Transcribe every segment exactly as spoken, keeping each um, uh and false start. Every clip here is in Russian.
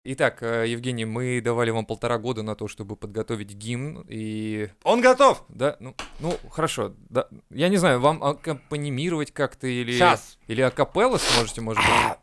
Итак, э, Евгений, мы давали вам полтора года на то, чтобы подготовить гимн, и... Он готов! Да, ну, ну хорошо, да. Я не знаю, вам аккомпанимировать как-то или... Сейчас. Или акапелла сможете, может быть?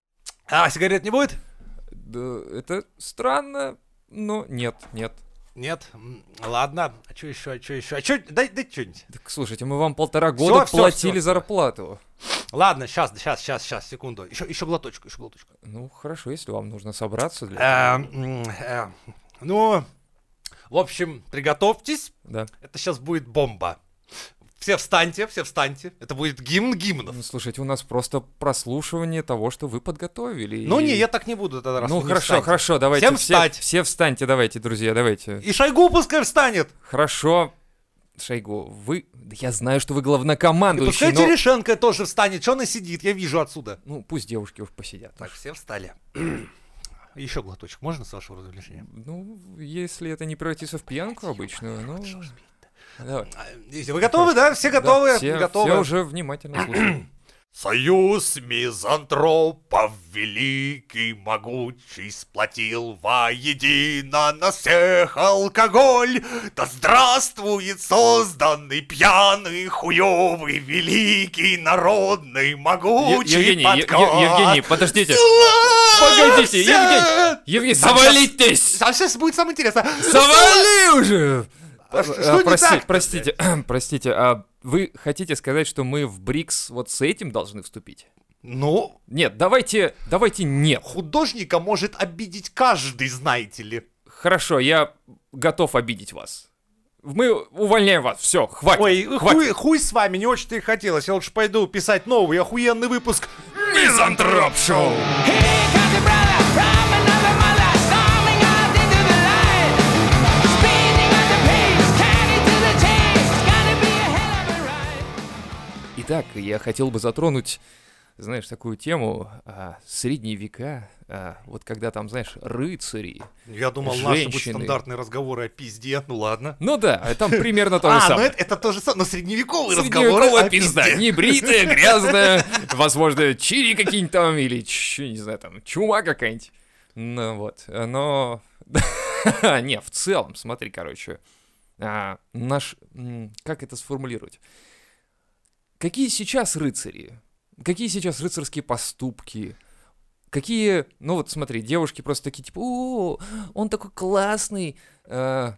А, сигарет не будет? Да, это странно, но нет, нет. Нет? М, Ладно. А что еще, а что еще? А что? Дай, дай что-нибудь. Так, слушайте, мы вам полтора года всё, платили всё. зарплату. Ладно, сейчас, сейчас, сейчас, сейчас, секунду. Еще, еще глоточку, еще глоточку. Ну, хорошо, если вам нужно собраться для Эм, этого. м, э, Ну, в общем, приготовьтесь. Да. Это сейчас будет бомба. Все встаньте, все встаньте. Это будет гимн гимнов. Ну, слушайте, у нас просто прослушивание того, что вы подготовили. Ну и- не, я так не буду тогда, раз Ну, вы не хорошо, встанете. хорошо, давайте Всем все, встать. все встаньте, давайте, друзья, давайте. И Шойгу пускай встанет. Хорошо, Шойгу, вы... Да я знаю, что вы И главнокомандующий, пускай но... Терешенко тоже встанет. Что она сидит? Я вижу отсюда. Ну, пусть девушки уж посидят. Так, все встали. Еще глоточек. Можно, с вашего разрешения? Ну, если это не превратится в пьянку обычную, ну... Давай. А, если Вы готовы, да? Все готовы? Да, все, готовы. все уже внимательно слушают. Союз мизантропов великий, могучий, сплотил воедино нас всех алкоголь. Да здравствует созданный пьяный, хуёвый, великий, народный, могучий Евгений, Е- подкат. Е- Евгений, подождите. Славься! Погодите, Евгений, Евгений, Там завалитесь! А сейчас будет самое интересное. Завали уже! А А, что а, не прости- так-то, Простите, простите, а вы хотите сказать, что мы в БРИКС вот с этим должны вступить? Ну, Нет, давайте, давайте нет. художника может обидеть каждый, знаете ли. Хорошо, я готов обидеть вас. Мы увольняем вас, все, хватит. Ой, хватит. хуй, хуй с вами, не очень-то и хотелось. Я лучше пойду писать новый охуенный выпуск. Мизантроп Шоу! Here comes a brother from another mother, storming out into the light. Speeding at the pace, carried to the chase. It's gonna be a hell of a ride. Итак, я хотел бы затронуть, знаешь, такую тему, а, средние века, а, вот когда там, знаешь, рыцари. Я думал, наши будут Женщины. стандартные разговоры о пизде. Ну ладно. Ну да, там примерно то же А, ну самое. это, это то же самое, но средневековые разговоры Средневековая о пизда, пизде. небритая, грязная, возможно, чири какие-нибудь там, или, ч- не знаю, там, чума какая-нибудь. Ну вот, но... Не, в целом, смотри, короче, а, наш... м, Как это сформулировать? Какие сейчас рыцари? Какие сейчас рыцарские поступки? Какие, ну вот смотри, девушки просто такие, типа, о, он такой классный, э,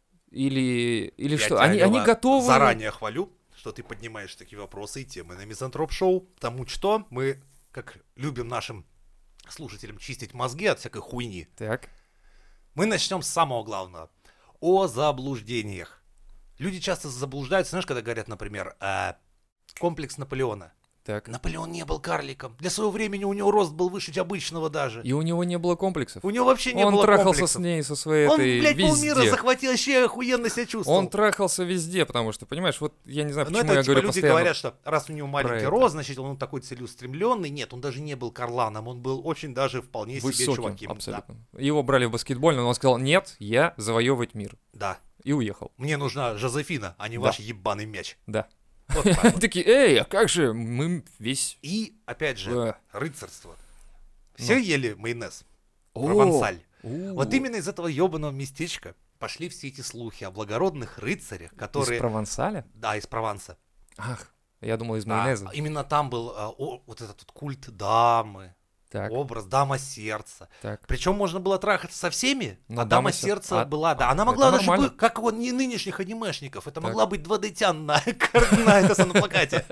или, или Я что? тебя, Они, они Лёва, готовы... заранее хвалю, что ты поднимаешь такие вопросы и темы на Мизантроп-шоу, потому что мы, как любим нашим слушателям чистить мозги от всякой хуйни, Так, мы начнем с самого главного. О заблуждениях. Люди часто заблуждаются, знаешь, когда говорят, например, э, комплекс Наполеона. так. Наполеон не был карликом. Для своего времени у него рост был выше обычного даже. И у него не было комплексов. У него вообще не Он было трахался комплексов. с ней, со своей Он, этой, блядь, везде. полмира захватил, вообще охуенно себя чувствовал. Он трахался везде, потому что, понимаешь, вот я не знаю, Ну, почему это я типа говорю люди постоянно... говорят, что раз у него маленький это. рост, значит, он такой целеустремленный. Нет, он даже не был карланом, он был очень даже вполне себе Высоким, чуваким. абсолютно. Его брали в баскетбольный, но он сказал, нет, я завоевывать мир. Да, И уехал, да. Мне нужна Жозефина, а не Да. ваш ебаный мяч. да. Вот так вот. Такие, эй, а как же, мы весь... И, опять же, э, рыцарство. Все Ну. ели майонез, о, провансаль. у, Вот именно из этого ебаного местечка пошли все эти слухи о благородных рыцарях, которые... Из Провансаля? Да, из Прованса. Ах, я думал, из Да, майонеза. именно там был а, о, вот этот вот культ дамы, Так, образ дама сердца. так. Причем можно было трахаться со всеми, Но а дама дама сер- сердца а- была, да. а, Она это могла даже нормально. быть, как вот не нынешних анимешников, это Так. могла быть два дэ-тян на, на, это, на плакате.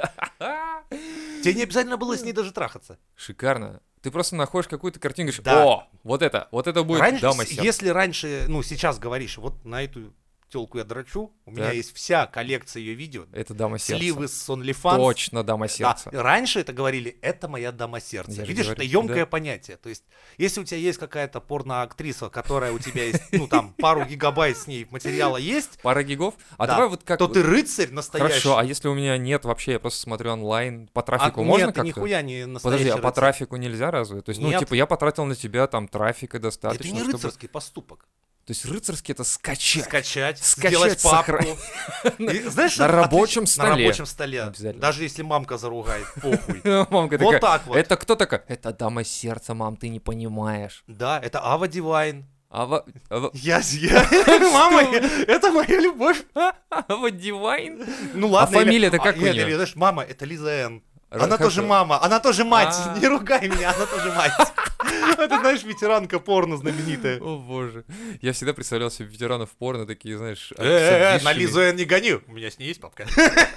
Тебе не обязательно было с ней даже трахаться. Шикарно. Ты просто находишь какую-то картинку и говоришь, Да. о, вот это, вот это будет Раньше, дама с- сердца. если раньше, ну сейчас говоришь, вот на эту телку я дрочу, у меня Так. есть вся коллекция ее видео, Это дама сердца. сливы с OnlyFans. Точно дама Да, сердца. раньше это говорили, это моя дама сердца. Я же Видишь, говорю, это емкое да. понятие. То есть, если у тебя есть какая-то порноактриса, которая у тебя есть, ну там, пару гигабайт с ней материала есть, Пара гигов? А да, давай вот как... то вот- ты рыцарь настоящий. Хорошо, а если у меня нет вообще, я просто смотрю онлайн, по А трафику нет, можно ты как-то? нихуя не настоящий Подожди, а по рыцарь. трафику нельзя разве? То есть, ну, Нет. типа, я потратил на тебя там трафика достаточно, Это не чтобы... рыцарский поступок. есть рыцарский — это скачать. Скачать, Скачать, сделать папку. сохранить. И, знаешь, На что рабочем отлично- столе. На рабочем столе. Обязательно. Даже если мамка заругает, похуй. Мамка Вот такая, так вот. это кто такая? Это дама сердца, мам, ты не понимаешь. Да, это Ава Дивайн. Ава... Ава... Я, я, мама, это моя любовь. Ава Дивайн? Ну ладно. или- фамилия-то а, как у нет, неё? или, знаешь, мама, это Лиза Н. Ра- Она тоже хорошо. мама, она тоже мать. А. Не ругай меня, она тоже мать. Это, знаешь, ветеранка порно знаменитая. О боже. Я всегда представлял себе ветеранов порно, такие, знаешь, Э, э, с на обвисшими- Лизу Н не гони. У меня с ней есть папка.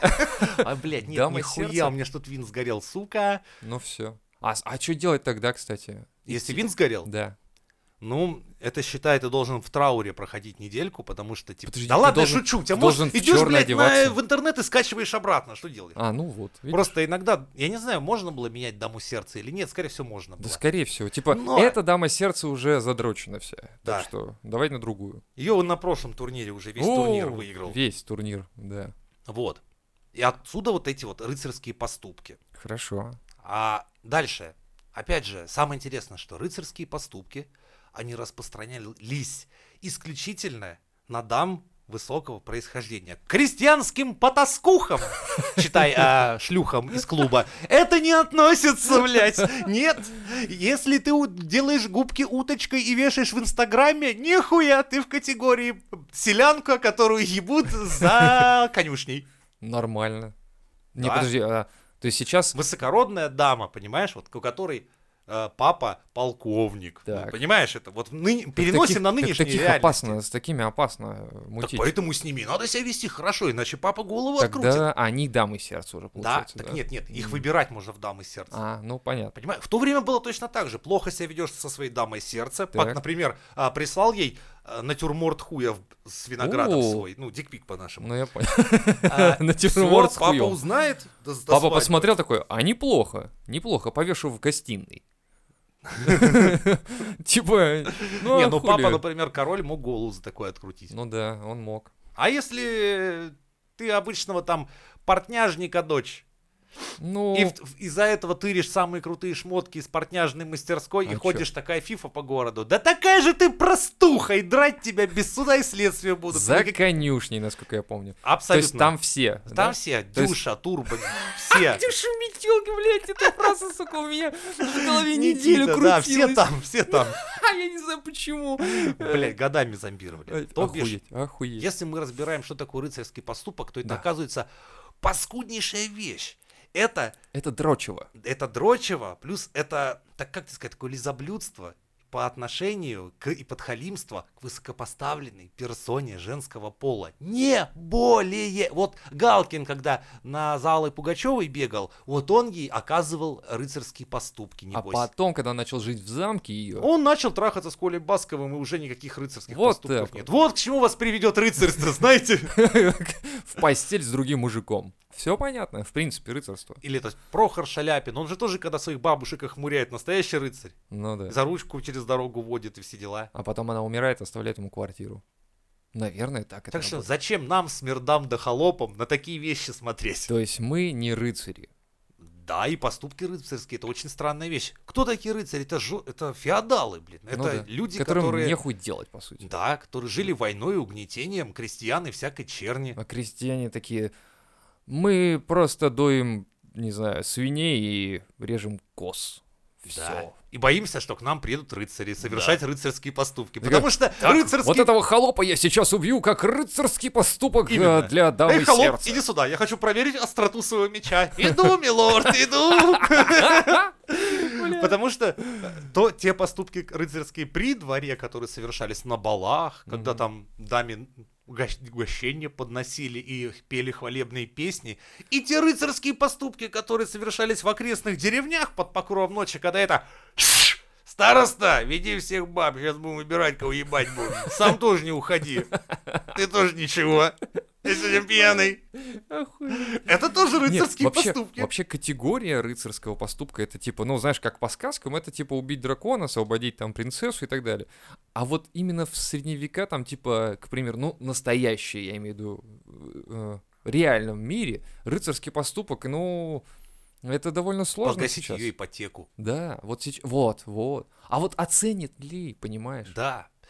А, блядь, нет, Дама нихуя, сердца? у меня что-то вин сгорел, сука. Ну все. А, а что делать тогда, кстати? Если вин сгорел, Да. ну, это считай, ты должен в трауре проходить недельку, потому что, типа, Подожди, да ты ладно, я должен- шучу, тебя ты можешь, должен в идешь, чёрное блядь, на- одеваться. в интернет и скачиваешь обратно, что делаешь? А, ну вот. видишь? Просто иногда, я не знаю, можно было менять даму сердца или нет, скорее всего, можно Да, было. скорее всего. Типа, Но- эта дама сердца уже задрочена вся. Да. Так что давай на другую. Ее он на прошлом турнире уже весь О, турнир выиграл. Весь турнир, да. Вот. И отсюда вот эти вот рыцарские поступки. Хорошо. А дальше, опять же, самое интересное, что рыцарские поступки, они распространялись исключительно на дам высокого происхождения. Крестьянским потаскухам, читай, а, шлюхам из клуба, это не относится, блядь. Нет, если ты у- делаешь губки уточкой и вешаешь в Инстаграме, нихуя, ты в категории селянка, которую ебут за конюшней. Нормально. Не, Да. подожди, а, то есть сейчас... Высокородная дама, понимаешь, вот у которой э, папа полковник. Ну, Так. понимаешь, это вот ны- Так переносим таких- на так нынешние таких реальности. опасно, с такими опасно э, Так мутить. поэтому с ними надо себя вести хорошо, иначе папа голову открутит. Тогда они дамы сердца уже, Да, получается. так да? нет, нет, их М. выбирать можно в дамы сердца. А, ну понятно. Понимаешь, в то время было точно так же. Плохо себя ведешь со своей дамой сердца. Так. Пак, например, а, прислал ей а, натюрморт хуя в- с виноградом О. свой. Ну, дикпик по-нашему. Ну я понял. А, Натюрморт всё, с папа хуём. узнает. до- до Папа свадьбы. посмотрел такой, а неплохо, неплохо, повешу в гостиной. Типа, ну Не, а ну хули? папа, например, король мог голову за такое открутить. Ну да, он мог. А если ты обычного там портняжника дочь, Ну, и в- в- из-за этого тыришь самые крутые шмотки из портняжной мастерской А и чё? ходишь такая фифа по городу, да такая же ты простуха, и драть тебя без суда и следствия будут. за Ну, как- конюшней, насколько я помню. Абсолютно. То есть там все. Там да? все, То есть- Дюша, Турбо, все. Дюша метелки, блядь, эта фраза, сука, у меня в голове неделю Никита, да, все крутилась. там, все там. А я не знаю почему. Блять, годами зомбировали. Ай, То бишь, Охуеть, охуеть. если мы разбираем, что такое рыцарский поступок, то это Да. оказывается паскуднейшая вещь. Это Это дрочево. это дрочево, плюс это, так как тебе сказать, такое лизоблюдство по отношению к и подхалимство к высокопоставленной персоне женского пола. Не более. Вот Галкин, когда на за Аллой Пугачевой бегал, вот он ей оказывал рыцарские поступки, А небось. потом, когда начал жить в замке ее... Он начал трахаться с Колей Басковым, и уже никаких рыцарских Вот поступков так нет. вот. Вот к чему вас приведет рыцарство, знаете? в постель с другим мужиком. Все понятно, в принципе, рыцарство. Или это Прохор Шаляпин, он же тоже, когда своих бабушек охмуряет, настоящий рыцарь. Ну да. За ручку через дорогу водит и все дела. А потом она умирает, оставляет ему квартиру. Наверное, так это Так что работает. зачем нам, смердам да холопам, на такие вещи смотреть? То есть мы не рыцари. Да, и поступки рыцарские, это очень странная вещь. Кто такие рыцари? Это, жо- это феодалы, блин. Это Ну да. люди, Которым которые... нехуй делать, по сути. Да, которые жили войной, угнетением крестьян и всякой черни. А крестьяне такие... Мы просто доим, не знаю, свиней и режем коз. Все. Да. И боимся, что к нам приедут рыцари совершать рыцарские поступки. Так, Потому что Так, рыцарский... вот этого холопа я сейчас убью, как рыцарский поступок э, Именно. для дамы Эй, холоп, сердца. иди сюда, я хочу проверить остроту своего меча. Иду, милорд, иду. Потому что э, то те поступки рыцарские при дворе, которые совершались на балах, когда Мгм. там даме угощ- угощения подносили и пели хвалебные песни, и те рыцарские поступки, которые совершались в окрестных деревнях под покровом ночи, когда это староста, веди всех баб, сейчас будем выбирать, кого ебать будем. Сам тоже не уходи. Ты тоже ничего. Я сегодня пьяный. Охуеть. Это тоже Нет, рыцарские вообще, поступки. вообще категория рыцарского поступка это типа, ну знаешь, как по сказкам, это типа убить дракона, освободить там принцессу и так далее. А вот именно в средневека там типа, к примеру, ну настоящее, я имею в виду, э, реальном мире рыцарский поступок, ну это довольно сложно Погасить сейчас. ее ипотеку. Да, вот сейчас, вот, вот. А вот оценит ли, понимаешь? Да.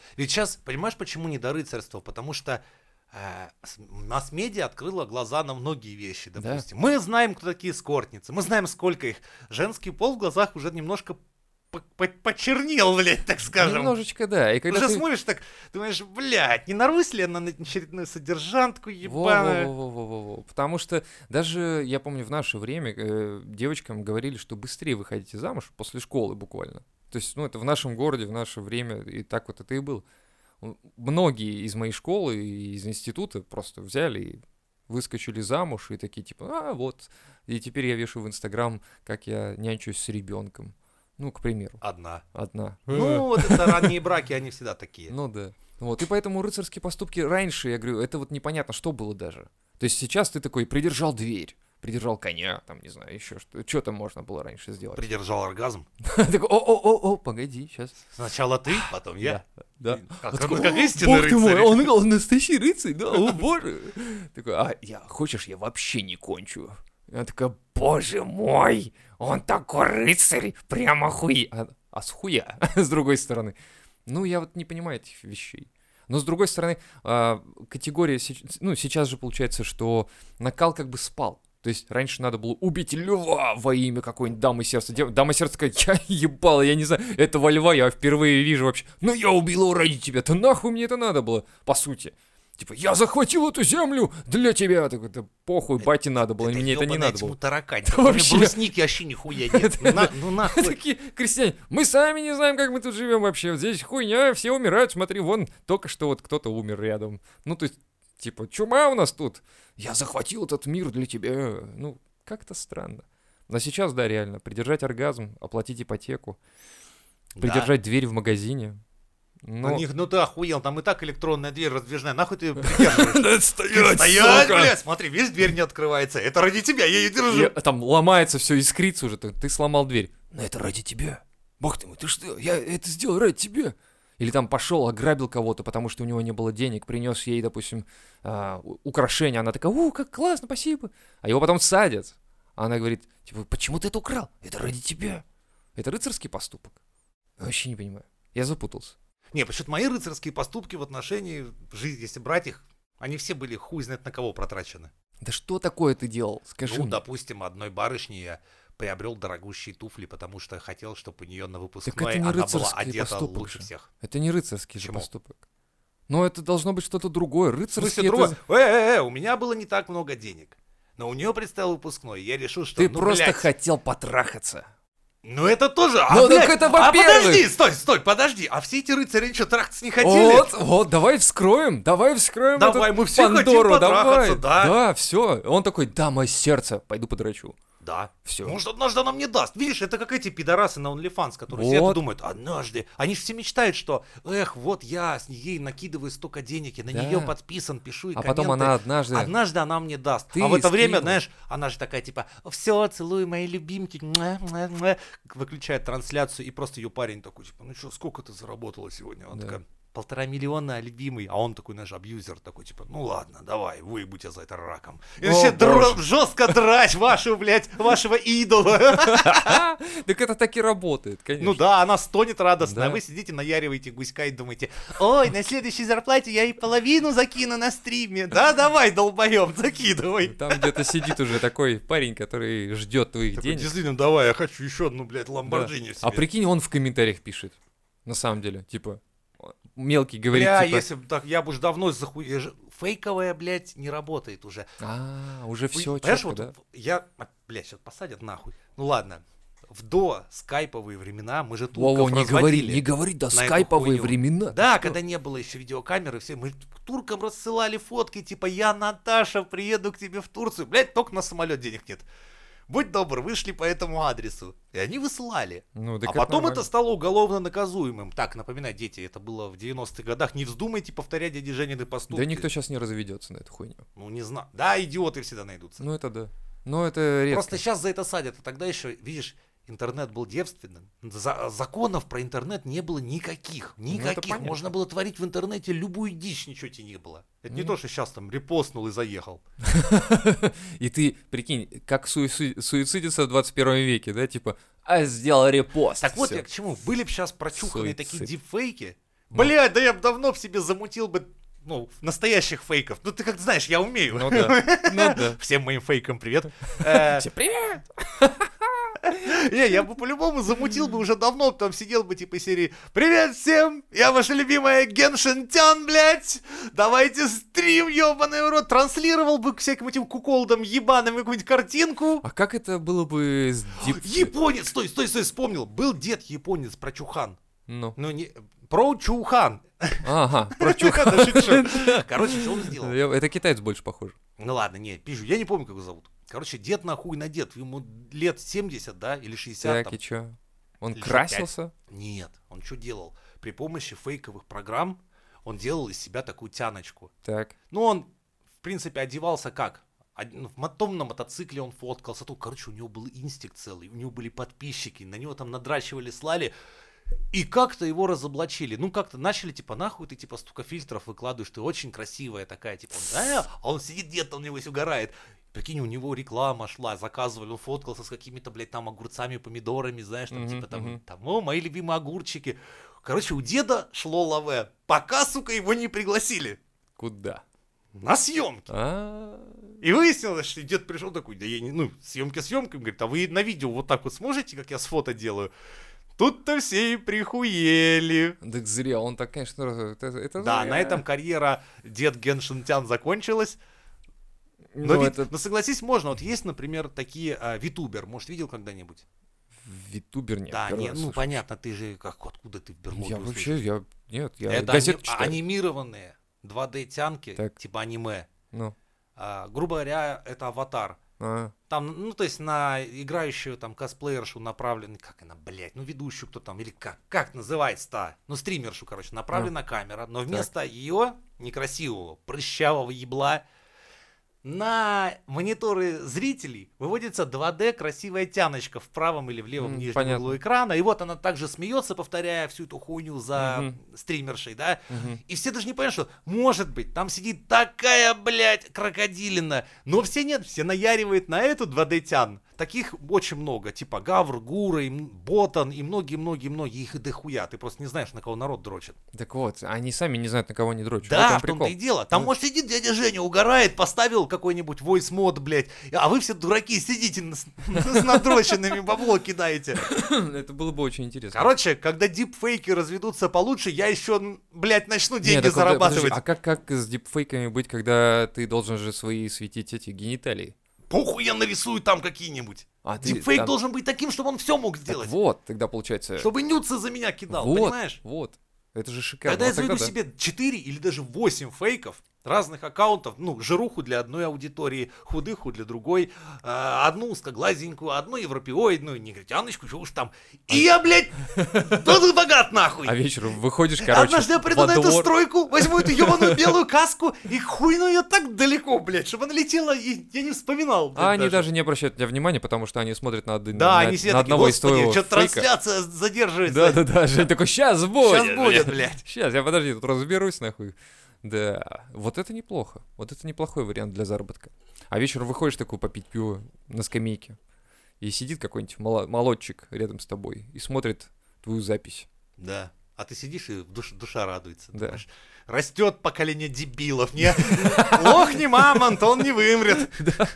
Ведь сейчас, понимаешь, почему не до рыцарства? Потому что э, с- масс-медиа открыла глаза на многие вещи, Да. допустим. Мы знаем, кто такие эскортницы, мы знаем, сколько их. Женский пол в глазах уже немножко по- по- почернел, блядь, так скажем. Немножечко, да. И когда Уже ты... смотришь так, думаешь, блядь, не нарвусь ли я на очередную содержантку ебаную? Во-во-во-во-во-во. Потому что даже, я помню, в наше время э, девочкам говорили, что быстрее выходите замуж после школы буквально. То есть, ну, это в нашем городе, в наше время, и так вот это и было. М, Многие из моей школы и из института просто взяли и выскочили замуж, и такие типа, а, вот, и теперь я вешаю в Инстаграм, как я нянчусь с ребенком. Ну, к примеру, Одна. одна. Ну, вот это ранние браки, они всегда такие. Ну да. Вот, и поэтому рыцарские поступки раньше, я говорю, это вот непонятно, что было даже. То есть сейчас ты такой придержал дверь, придержал коня, там, не знаю, еще что. Что там можно было раньше сделать? Придержал оргазм. Такой, о-о-о-о, погоди, сейчас. Сначала ты, потом я. Да. Как, Он как, такой, как «О, истинный бог ты мой, рыцарь. он, он настоящий рыцарь, да, о боже. Такой, а я, хочешь, я вообще не кончу. Я такая, боже мой, он такой рыцарь, прямо хуй. А, а с хуя, с другой стороны. Ну, я вот не понимаю этих вещей. Но с другой стороны, а, категория, сеч- ну, сейчас же получается, что накал как бы спал. То есть раньше надо было убить льва во имя какой-нибудь дамы сердца. Дев- Дама сердца такая, я ебал, я не знаю, этого льва я впервые вижу вообще. Ну я убил его ради тебя, то нахуй мне это надо было, по сути. Типа, я захватил эту землю для тебя. Такой, да похуй, бате надо было, мне это не надо было. таракань. Да Кроме вообще. брусники вообще нихуя нет. Ну на- Ну нахуй. Такие крестьяне, мы сами не знаем, как мы тут живем вообще. Вот здесь хуйня, все умирают. Смотри, вон только что вот кто-то умер рядом. Ну, то есть, типа, чума у нас тут. Я захватил этот мир для тебя. Ну, как-то странно. Но сейчас, да, реально, придержать оргазм, оплатить ипотеку, придержать дверь в магазине. Ну, Ну, них, ну ты охуел, там и так электронная дверь раздвижная, нахуй ты ее придерживаешь? да Стоять, стоять, блядь, смотри, видишь, дверь не открывается, это ради тебя, я ее держу. Я- там ломается все, искрится уже. Ты, ты сломал дверь. Но это ради тебя. Бог ты мой, ты что? Я это сделал ради тебя. Или там пошел, ограбил кого-то, потому что у него не было денег, принес ей, допустим, а, у- украшение. Она такая, у, как классно, спасибо. А его потом садят. А она говорит, типа, почему ты это украл? Это ради тебя. Это рыцарский поступок. Я вообще не понимаю. Я запутался. Не, почему-то мои рыцарские поступки в отношении жизни, если брать их, они все были хуй знает на кого протрачены. Да что такое ты делал? Скажи Ну, мне. допустим, одной барышне я приобрел дорогущие туфли, потому что хотел, чтобы у нее на это выпускной не она была рыцарский одета поступок лучше же. всех. Это не рыцарский же Почему? поступок. Но это должно быть что-то другое. В Рыцарский смысле, это... другое? Э, э, э, у меня было не так много денег. Но у нее предстоял выпускной, и я решил, что Ты ну, просто блядь, хотел потрахаться. Ну это тоже. А, Ну, так блядь, это а во-первых. подожди, стой, стой, подожди. А все эти рыцари что, трахаться не хотели? Вот, вот, давай вскроем, давай вскроем Давай, эту мы все хотим Пандору, потрахаться, давай. да. Да, все. Он такой, да, мое сердце, пойду подрачу. Да. Все. Может, однажды она мне даст. Видишь, это как эти пидорасы на OnlyFans, которые сидят и Вот. думают, однажды. Они же все мечтают, что, эх, вот я с ей накидываю столько денег, я на Да. нее подписан, пишу и А потом комменты. она однажды... Однажды она мне даст. Ты а в это время, скинул. знаешь, она же такая, типа, все, целую мои любимки, муа, муа, муа». Выключает трансляцию, и просто ее парень такой, типа, ну что, сколько ты заработала сегодня? Она Да. такая, полтора миллиона, любимый. А он такой, знаешь, абьюзер такой, типа, ну ладно, давай, выебу тебя за это раком. И О, вообще боже. жестко драть вашу, блядь, вашего идола. Так это так и работает, конечно. Ну да, она стонет радостно, Да. а вы сидите, наяриваете гуська и думаете, ой, на следующей зарплате я и половину закину на стриме. Да, давай, долбоеб, закидывай. Там где-то сидит уже такой парень, который ждет твоих Такой, денег. действительно, давай, я хочу еще одну, блядь, Да. ламборджини в себе. А прикинь, он в комментариях пишет. На самом деле, типа, мелкий говорит, Бля, типа... если бы так, я бы уж давно захуй... я же- Фейковая, блядь, не работает уже. А, уже все Понимаешь, четко, вот да? я... а, Блядь, сейчас посадят нахуй. Ну ладно. В до скайповые времена мы же турков Во-во, не говори, разводили. не говори, да, на эту скайповые хуйню. времена. Да, ты что? когда не было еще видеокамеры, все, мы туркам рассылали фотки, типа, я, Наташа, приеду к тебе в Турцию. Блядь, только на самолет денег нет. Будь добр, вышли по этому адресу. И они высылали. Ну, так А это потом нормально. это стало уголовно наказуемым. Так, напоминаю, дети, это было в девяностых годах. Не вздумайте повторять дяди Женины поступки. Да никто сейчас не разведется на эту хуйню. Ну, не знаю. Да, идиоты всегда найдутся. Ну, это да. Ну, это редко. Просто сейчас за это садят. А тогда еще, видишь, интернет был девственным. За- законов про интернет не было никаких. Ну, это Никаких. понятно. Можно было творить в интернете любую дичь, ничего тебе не было. Это не Ну. то, что сейчас там репостнул и заехал. И ты, прикинь, как суици- суицидиться в двадцать первом веке, да, типа, а сделал репост. Так вот всё. я к чему. Были бы сейчас прочуханные такие Суицид. дипфейки, Блядь, да я бы давно в себе замутил бы, ну, настоящих фейков. Ну, ты как знаешь, я умею. Ну да, ну да. Всем моим фейкам привет. Э, Всем привет! Не, я бы по-любому замутил бы уже давно, там сидел бы типа серии «Привет всем, я ваша любимая Геншентян, блядь, давайте стрим, ёбаный в рот», транслировал бы к всяким этим куколдам ебаным какую-нибудь картинку. А как это было бы с дип... Японец, стой, стой, стой, вспомнил, был дед-японец про Чухан. Ну, Ну, не, про Чухан. ага, про чуха. Да, шучу. Короче, что он сделал? Я- Это китаец больше похож. Ну ладно, не, пишу, я не помню, как его зовут. Короче, дед нахуй на дед, ему лет семьдесят, да, или шестьдесят Так, там. и чё? Он Или красился? Нет, он что делал? При помощи фейковых программ он делал из себя такую тяночку. Так. Ну, он, в принципе, одевался как? Од- ну, в мотом на мотоцикле он фоткался. Тут, короче, у него был инстинкт целый, у него были подписчики, на него там надрачивали, слали. И как-то его разоблачили. Ну, как-то начали, типа, нахуй ты, типа, столько фильтров выкладываешь, ты очень красивая такая, типа, да, а он сидит где-то, он него весь угорает. Прикинь, у него реклама шла, заказывали, он фоткался с какими-то, блядь, там огурцами, помидорами, знаешь, там, Мгм, типа, там, мгм. там, о, мои любимые огурчики. Короче, у деда шло лаве, пока, сука, его не пригласили Куда? на съемки. А, И выяснилось, что дед пришел такой, да я не, ну, съемки съемками, говорит, а вы на видео вот так вот сможете, как я с фото делаю? Тут-то все и прихуели. Так зря, он так, конечно, это, это Да, зря. на этом карьера дед Геншентян закончилась. Но, Ну, ведь- это но согласись, можно. Вот есть, например, такие а, витубер. Может, видел когда-нибудь? Витубер нет. да, первый не, раз ну слышу. понятно, ты же как откуда ты в Берлоге Я услышишь? вообще, я, нет, я Это газету ани- читаю. анимированные два дэ-тянки, Так. типа аниме. Ну, А, грубо говоря, это аватар. а, Там, ну, то есть на играющую там косплеершу направлена, как она, блядь, ну, ведущую кто там, или как, как называется-то? Ну, стримершу, короче, направлена камера, но вместо ее некрасивого, прыщавого ебла, на мониторы зрителей выводится два дэ красивая тяночка в правом или в левом М, нижнем понятно. углу экрана, и вот она также смеется, повторяя всю эту хуйню за Мгм. стримершей, да, мгм. и все даже не понимают, что, может быть, там сидит такая, блядь, крокодилина. Но все нет, все наяривают на эту два дэ-тян. Таких очень много. Типа Гавр, Гура, и М- Ботан и многие-многие-многие. Их и дохуя. Ты просто не знаешь, на кого народ дрочит. Так вот, они сами не знают, на кого они дрочат. Да, Вот в в том-то и дело. Там, Ну. может, сидит дядя Женя, угорает, поставил какой-нибудь voice мод, блядь. А вы все дураки сидите на- с с надроченными, бабло кидаете. Это было бы очень интересно. Короче, когда дипфейки разведутся получше, я еще, блядь, начну Не, деньги так вот, подожди, зарабатывать. а как, как с дипфейками быть, когда ты должен же свои светить эти гениталии? Похуй я нарисую там какие-нибудь. А ты Дипфейк там- должен быть таким, чтобы он все мог Так сделать. вот, тогда получается... Чтобы нюцы за меня кидал, вот, понимаешь? вот. Это же шикарно. Когда я Вот тогда заведу да. себе четыре или даже восемь фейков, разных аккаунтов, ну, жируху для одной аудитории, худыху для другой, э, одну узкоглазенькую, одну европеоидную, негритяночку, что уж там. И я, блядь, тут богат нахуй. А вечером выходишь, короче, Однажды я приду во на эту двор. стройку, возьму эту ебаную белую каску и хуйну ее так далеко, блядь, чтобы она летела, и я не вспоминал. блядь, А они даже не обращают на тебя внимания, потому что они смотрят на, один, Да, на, они сидят на такие, одного из господи, твоего что-то фейка. трансляция задерживается. Да-да-да, Жень такой, сейчас будет. Сейчас будет, блядь. Сейчас, я подожди, тут разберусь нахуй. Да, вот это неплохо. Вот это неплохой вариант для заработка. А вечером выходишь такой попить пиво на скамейке, и сидит какой-нибудь моло- молодчик рядом с тобой и смотрит твою запись. Да. А ты сидишь и душ- душа радуется. Да. Думаешь, растет поколение дебилов. Не, лохни, мамонт, он не вымрет.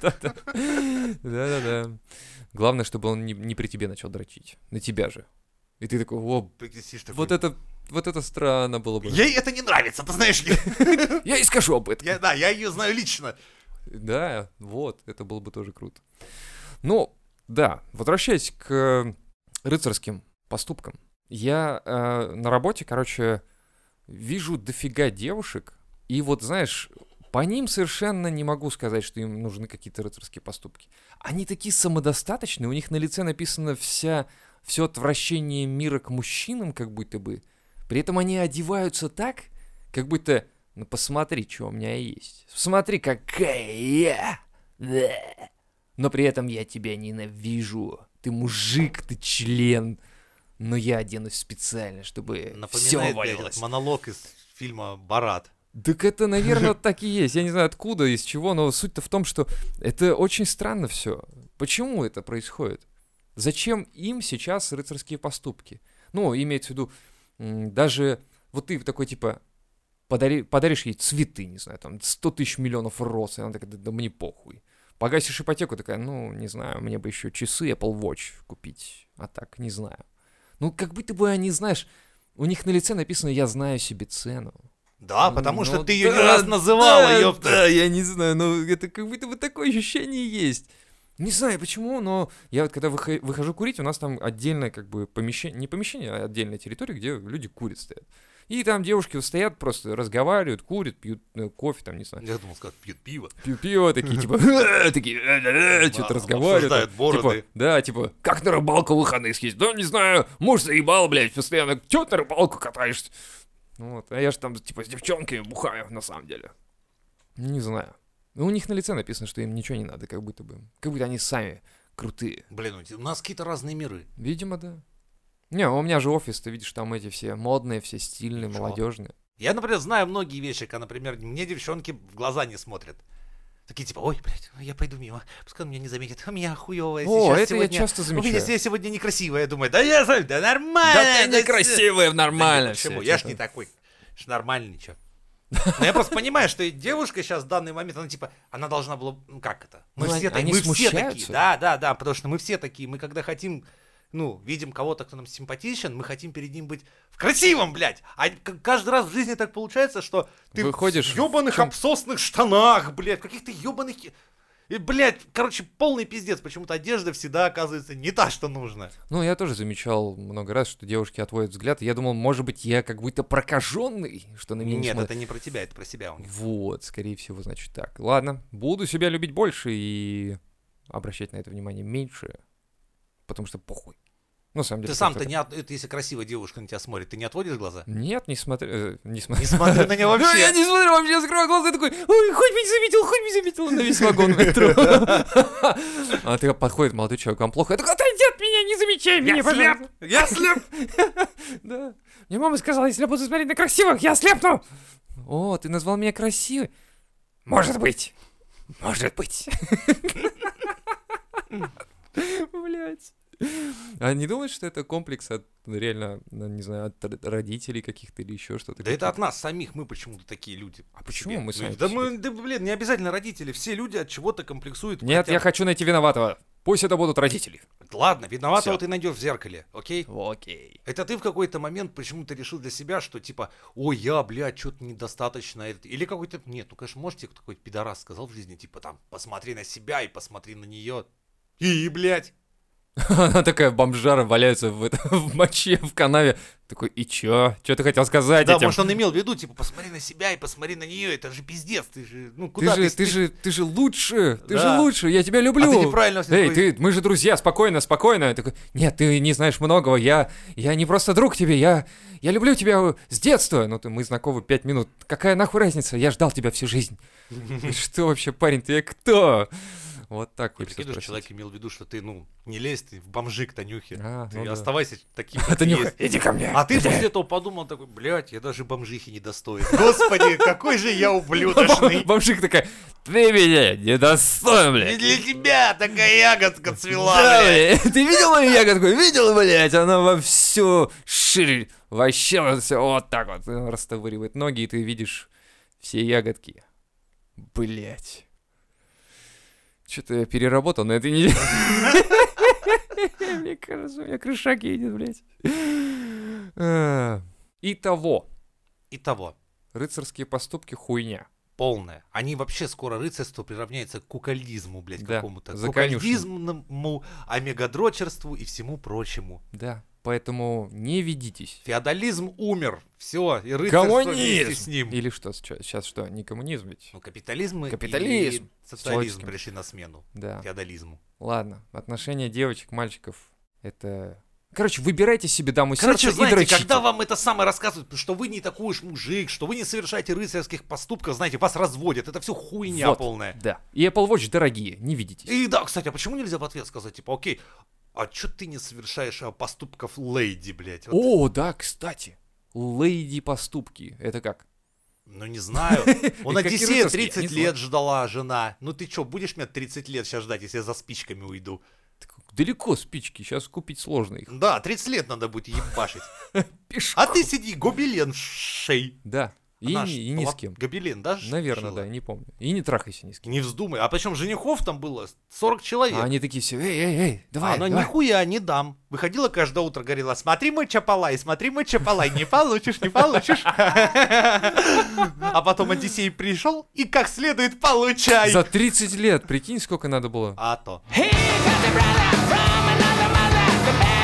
Да-да-да. Главное, чтобы он не, не при тебе начал дрочить. На тебя же. И ты такой, о, Ты сидишь такой, вот это, вот это странно было бы. ей это не нравится, ты знаешь. Я и скажу об этом. Я, да, я ее знаю лично. Да, вот, это было бы тоже круто. Ну, да, возвращаясь к э, рыцарским поступкам. Я э, на работе, короче, вижу дофига девушек, и вот, знаешь, по ним совершенно не могу сказать, что им нужны какие-то рыцарские поступки. Они такие самодостаточные, у них на лице написано вся, все отвращение мира к мужчинам, как будто бы. При этом они одеваются так, как будто, ну посмотри, что у меня есть. Смотри, какая я. Да. Но при этом я тебя ненавижу. Ты мужик, ты член. Но я оденусь специально, чтобы все Напоминает, блядь, валилось. этот монолог из фильма «Барат». Так это, наверное, так и есть. Я не знаю откуда, из чего, но суть-то в том, что это очень странно все. Почему это происходит? Зачем им сейчас рыцарские поступки? Ну, имеется в виду, м, даже... Вот ты такой, типа, подари, подаришь ей цветы, не знаю, там, сто тысяч миллионов роз, и она такая, да, да мне похуй. Погасишь ипотеку, такая, ну, не знаю, мне бы еще часы Apple Watch купить, а так, не знаю. Ну, как будто бы они, знаешь, у них на лице написано «я знаю себе цену». Да, потому что Ну ты ее не да, раз называла, да, ёпта. Да, я не знаю, но это как будто бы такое ощущение есть. Не знаю почему, но я вот когда выхо- выхожу курить, у нас там отдельное как бы помещение, не помещение, а отдельная территория, где люди курят стоят. И там девушки стоят, просто разговаривают, курят, пьют э, кофе, там, не знаю, Я думал, сказать, пьют пиво. пьют пиво, такие, типа, такие, что-то разговаривают. обсуждают бороды. Типа, да, типа, как на рыбалку в выходные съездить? Да, не знаю, муж заебал, блядь, постоянно, чё ты на рыбалку катаешься? Ну вот, а я же там, типа, с девчонками бухаю, на самом деле. Не знаю. Ну, у них на лице написано, что им ничего не надо, как будто бы. Как будто они сами крутые. Блин, у нас какие-то разные миры. Видимо, да. Не, у меня же офис, ты видишь, там эти все модные, все стильные, Чё? молодежные. Я, например, знаю многие вещи, как, например, мне девчонки в глаза не смотрят. Такие типа, ой, блядь, я пойду мимо, пускай он меня не заметит, у меня хуёвая О, сейчас это сегодня. я часто У меня замечаю. я сегодня некрасивая, я думаю, да я, за- да нормально. Да ты всё». некрасивая, Да нормально. нет, почему? всё, Я ж типа. не такой. Ж нормально ничего. Но я просто понимаю, что и девушка сейчас в данный момент, она типа, она должна была, ну как это? Мы Ну, все, они- та- они мы все такие, смущаются. да, да, да, потому что мы все такие, мы когда хотим, ну, видим кого-то, кто нам симпатичен, мы хотим перед ним быть в красивом, блядь. А к- каждый раз в жизни так получается, что ты Выходишь в ёбаных в чём- обсосных штанах, блядь, в каких-то ёбаных... И, блядь, короче, полный пиздец. Почему-то одежда всегда оказывается не та, что нужно. Ну, я тоже замечал много раз, что девушки отводят взгляд. и Я думал, может быть, я как будто прокаженный, что на меня не Нет, смотрят. это не про тебя, это про себя у них. Вот, скорее всего, значит так. Ладно, буду себя любить больше и обращать на это внимание меньше, потому что похуй. Ну, на самом деле. Ты сам-то как-то не от... это если красивая девушка на тебя смотрит, ты не отводишь глаза? так. Нет, не смотрю. э, Не смотрю. Не смотри на нее Ну, я вообще. не смотрю вообще, я закрываю глаза и такой, ой, хоть бы не заметил, хоть бы не заметил на весь вагон метро. А ты подходит молодой человек, вам плохо. Я такой, отойди от меня, не замечай меня, пожалуйста. Я слеп! Да. Мне мама сказала, если я буду смотреть на красивых, я ослепну. О, ты назвал меня красивой? Может быть. Может быть. Блять. А не думаешь, что это комплекс от, ну, реально, ну, не знаю, от р- родителей каких-то или еще что-то? Да это от нас самих, мы почему-то такие люди. А почему себе. мы Ну, сами Да по мы, да, блин, не обязательно родители, все люди от чего-то комплексуют. Нет, хотя я бы- хочу найти виноватого. Пусть это будут родители. Ладно, виноватого Всё. ты найдешь в зеркале, окей? Окей. Это ты в какой-то момент почему-то решил для себя, что типа, ой, я, блядь, что-то недостаточно. это». Или какой-то, нет, ну, конечно, можете какой пидорас сказал в жизни, типа, там, посмотри на себя и посмотри на нее. И, блядь. Она такая бомжара валяется в, это- в моче, в канаве. Такой, и чё? Чё ты хотел сказать Да, этим? может, он имел в виду, типа, посмотри на себя и посмотри на нее, это же пиздец, ты же, ну, Ты куда же, ты же, ты же лучше, ты же Да. лучше, я тебя люблю. А ты неправильно всё Эй, такой- ты, мы же друзья, спокойно, спокойно. Я такой, нет, ты не знаешь многого, я, я не просто друг тебе, я, я люблю тебя с детства. Ну, ты, мы знакомы пять минут, какая нахуй разница, я ждал тебя всю жизнь. Что вообще, парень, ты кто? Вот так Я хочется прикидываю, спросить. человек имел в виду, что ты, ну, не лезь ты в бомжи к Танюхе. А, Ты ну да. оставайся таким, А как ты Танюха, есть. иди ко мне. А ты иди. после этого подумал такой, блядь, я даже бомжихи не достоин. Господи, какой же я ублюдочный. Бомжик такая, ты меня недостоин, Не блядь. для тебя такая ягодка цвела, Да, блядь. блядь. Ты видел мою ягодку? Видел, блядь? Она во всю шире. Вообще вот все вот так вот расставыривает ноги, и ты видишь все ягодки. Блять. Что-то я переработал на этой неделе. Мне кажется, у меня крышак едет, блядь. А, Итого, Итого, рыцарские поступки хуйня. полное. Они вообще скоро рыцарство приравняется к кукольдизму, блядь, Да, какому-то. за Кукольдизму, омегадрочерству и всему прочему. Да, поэтому не ведитесь. Феодализм умер. Все, и рыцарство вместе с ним. Или что, сейчас что, не коммунизм ведь? Ну, капитализм, и- Капитализм. и социализм Человеческим. пришли на смену Да. феодализму. Ладно, отношения девочек, мальчиков, это... Короче, выбирайте себе даму Короче, сердца и знаете, дрочите. когда вам это самое рассказывают, что вы не такой уж мужик, что вы не совершаете рыцарских поступков, знаете, вас разводят, это все хуйня Вот, полная. Да. И Apple Watch дорогие, не ведитесь. И да, кстати, а почему нельзя в ответ сказать, типа, окей, а чё ты не совершаешь а, поступков лейди, блядь? Вот, О, да, кстати. Лейди поступки. Это как? ну, не знаю. У Какие Одиссея рыцарские? тридцать Не лет ждала жена. Ну ты чё, будешь меня тридцать лет сейчас ждать, если я за спичками уйду? Так далеко спички, сейчас купить сложно их. Да, тридцать лет надо будет ебашить. Пешком. А ты сиди, гобелен шей. Да, и, Она ни, ж и ни с была кем. Гобелен, да? ж- Наверное, жила? да, не помню. И не трахайся ни с кем. Не вздумай. А причем женихов там было сорок человек. А они такие все, эй, эй, эй, давай, А она давай. нихуя не дам. Выходила каждое утро, говорила, смотри мой Чапалай, смотри мой Чапалай, не получишь, не получишь. А потом Одиссей пришел и как следует получай. За тридцать лет, прикинь, сколько надо было. А то. Here comes a brother from another mother. The